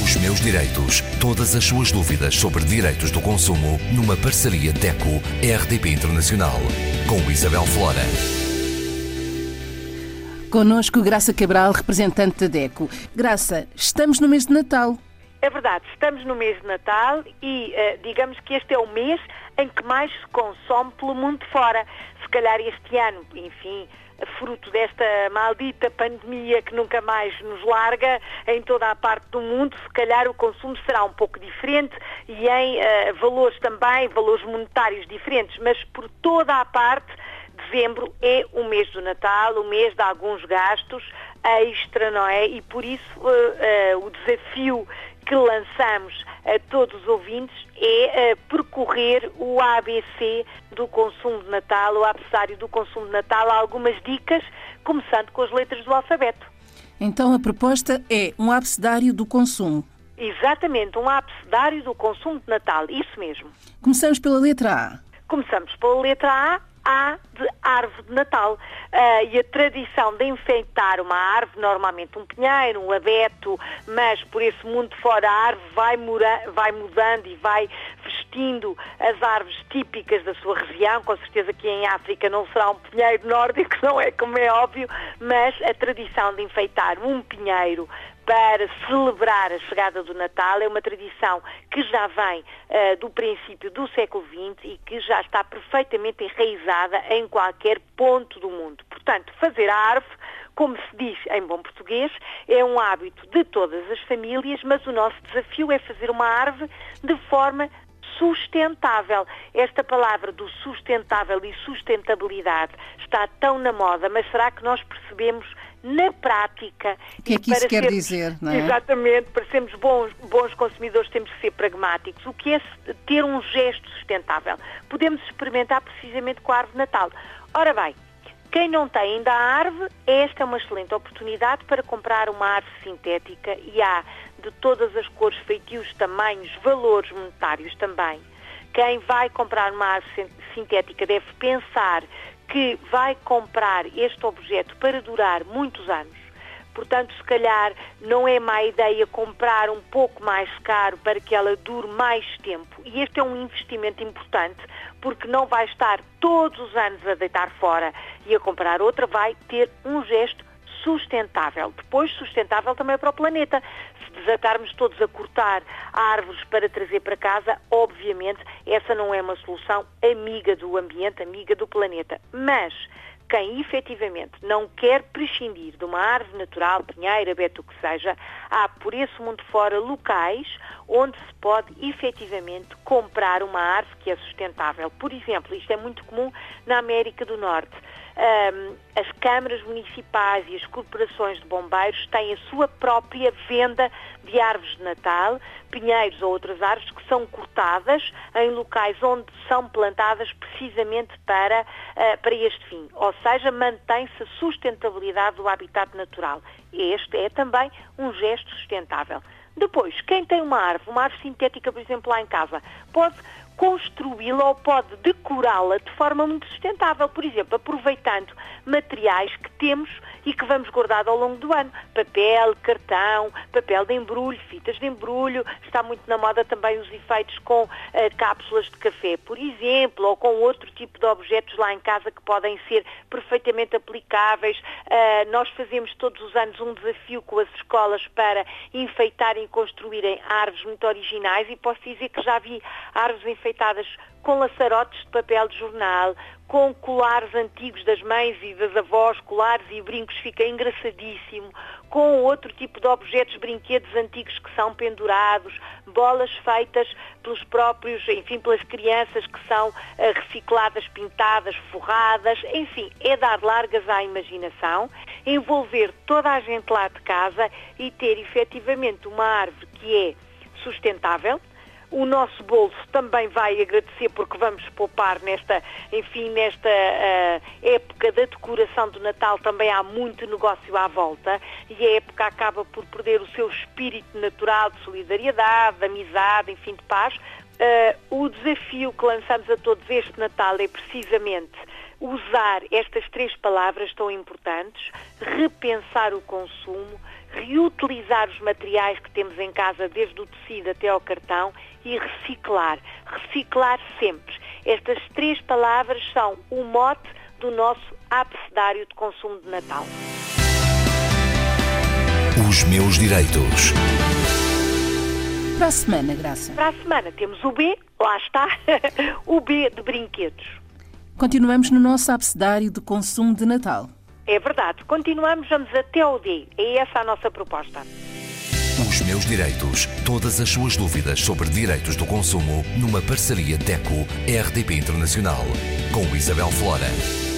Os meus direitos. Todas as suas dúvidas sobre direitos do consumo numa parceria DECO-RDP Internacional. Com Isabel Flora. Connosco Graça Cabral, representante da DECO. Graça, estamos no mês de Natal. É verdade, estamos no mês de Natal e digamos que este é o mês em que mais se consome pelo mundo fora. Se calhar este ano, enfim, fruto desta maldita pandemia que nunca mais nos larga em toda a parte do mundo, se calhar o consumo será um pouco diferente e em valores também, valores monetários diferentes, mas por toda a parte, dezembro é o mês do Natal, o mês de alguns gastos extra, não é? E por isso o desafio que lançamos a todos os ouvintes é percorrer o ABC do consumo de Natal, o abecedário do consumo de Natal, algumas dicas, começando com as letras do alfabeto. Então a proposta é um abecedário do consumo. Exatamente, um abecedário do consumo de Natal, isso mesmo. Começamos pela letra A. Começamos pela letra A de árvore de Natal. E a tradição de enfeitar uma árvore, normalmente um pinheiro, um abeto, mas por esse mundo fora a árvore vai mudando e vai vestindo as árvores típicas da sua região. Com certeza que em África não será um pinheiro nórdico, não é como é óbvio, mas a tradição de enfeitar um pinheiro para celebrar a chegada do Natal é uma tradição que já vem do princípio do século XX e que já está perfeitamente enraizada em qualquer ponto do mundo. Portanto, fazer a árvore, como se diz em bom português, é um hábito de todas as famílias, mas o nosso desafio é fazer uma árvore de forma sustentável. Esta palavra do sustentável e sustentabilidade está tão na moda, mas será que nós percebemos na prática? O que é que isso quer dizer, não é? Exatamente, para sermos bons consumidores temos que ser pragmáticos. O que é ter um gesto sustentável? Podemos experimentar precisamente com a árvore de Natal. Ora bem, quem não tem ainda a árvore, esta é uma excelente oportunidade para comprar uma árvore sintética e há de todas as cores, feitios, tamanhos, valores monetários também. Quem vai comprar uma árvore sintética deve pensar que vai comprar este objeto para durar muitos anos. Portanto, se calhar não é má ideia comprar um pouco mais caro para que ela dure mais tempo. E este é um investimento importante, porque não vai estar todos os anos a deitar fora e a comprar outra, vai ter um gesto sustentável. Depois, sustentável também para o planeta. Se desatarmos todos a cortar árvores para trazer para casa, obviamente, essa não é uma solução amiga do ambiente, amiga do planeta. Mas quem efetivamente não quer prescindir de uma árvore natural, pinheiro, abeto, o que seja, há por esse mundo fora locais onde se pode efetivamente comprar uma árvore que é sustentável. Por exemplo, isto é muito comum na América do Norte. As câmaras municipais e as corporações de bombeiros têm a sua própria venda de árvores de Natal, pinheiros ou outras árvores que são cortadas em locais onde são plantadas precisamente para este fim. Ou seja, mantém-se a sustentabilidade do habitat natural. Este é também um gesto sustentável. Depois, quem tem uma árvore sintética, por exemplo, lá em casa, pode construí-la ou pode decorá-la de forma muito sustentável, por exemplo, aproveitando materiais que temos e que vamos guardar ao longo do ano. Papel, cartão, papel de embrulho, fitas de embrulho. Está muito na moda também os efeitos com cápsulas de café, por exemplo, ou com outro tipo de objetos lá em casa que podem ser perfeitamente aplicáveis. Nós fazemos todos os anos um desafio com as escolas para enfeitarem e construírem árvores muito originais e posso dizer que já vi árvores enfeitadas com laçarotes de papel de jornal, com colares antigos das mães e das avós, colares e brincos, fica engraçadíssimo, com outro tipo de objetos, brinquedos antigos que são pendurados, bolas feitas pelos próprios, enfim, pelas crianças que são recicladas, pintadas, forradas, enfim, é dar largas à imaginação, envolver toda a gente lá de casa e ter efetivamente uma árvore que é sustentável. O nosso bolso também vai agradecer porque vamos poupar nesta época da decoração do Natal, também há muito negócio à volta e a época acaba por perder o seu espírito natural de solidariedade, de amizade, enfim, de paz. O desafio que lançamos a todos este Natal é precisamente usar estas 3 palavras tão importantes, repensar o consumo, reutilizar os materiais que temos em casa, desde o tecido até ao cartão, e reciclar. Reciclar sempre. Estas 3 palavras são o mote do nosso abecedário de consumo de Natal. Os meus direitos. Para a semana, Graça. Para a semana temos o B, lá está, o B de brinquedos. Continuamos no nosso abecedário de consumo de Natal. É verdade, continuamos, vamos até ao D. É essa a nossa proposta. Os meus direitos. Todas as suas dúvidas sobre direitos do consumo numa parceria DECO-RDP Internacional. Com Isabel Flora.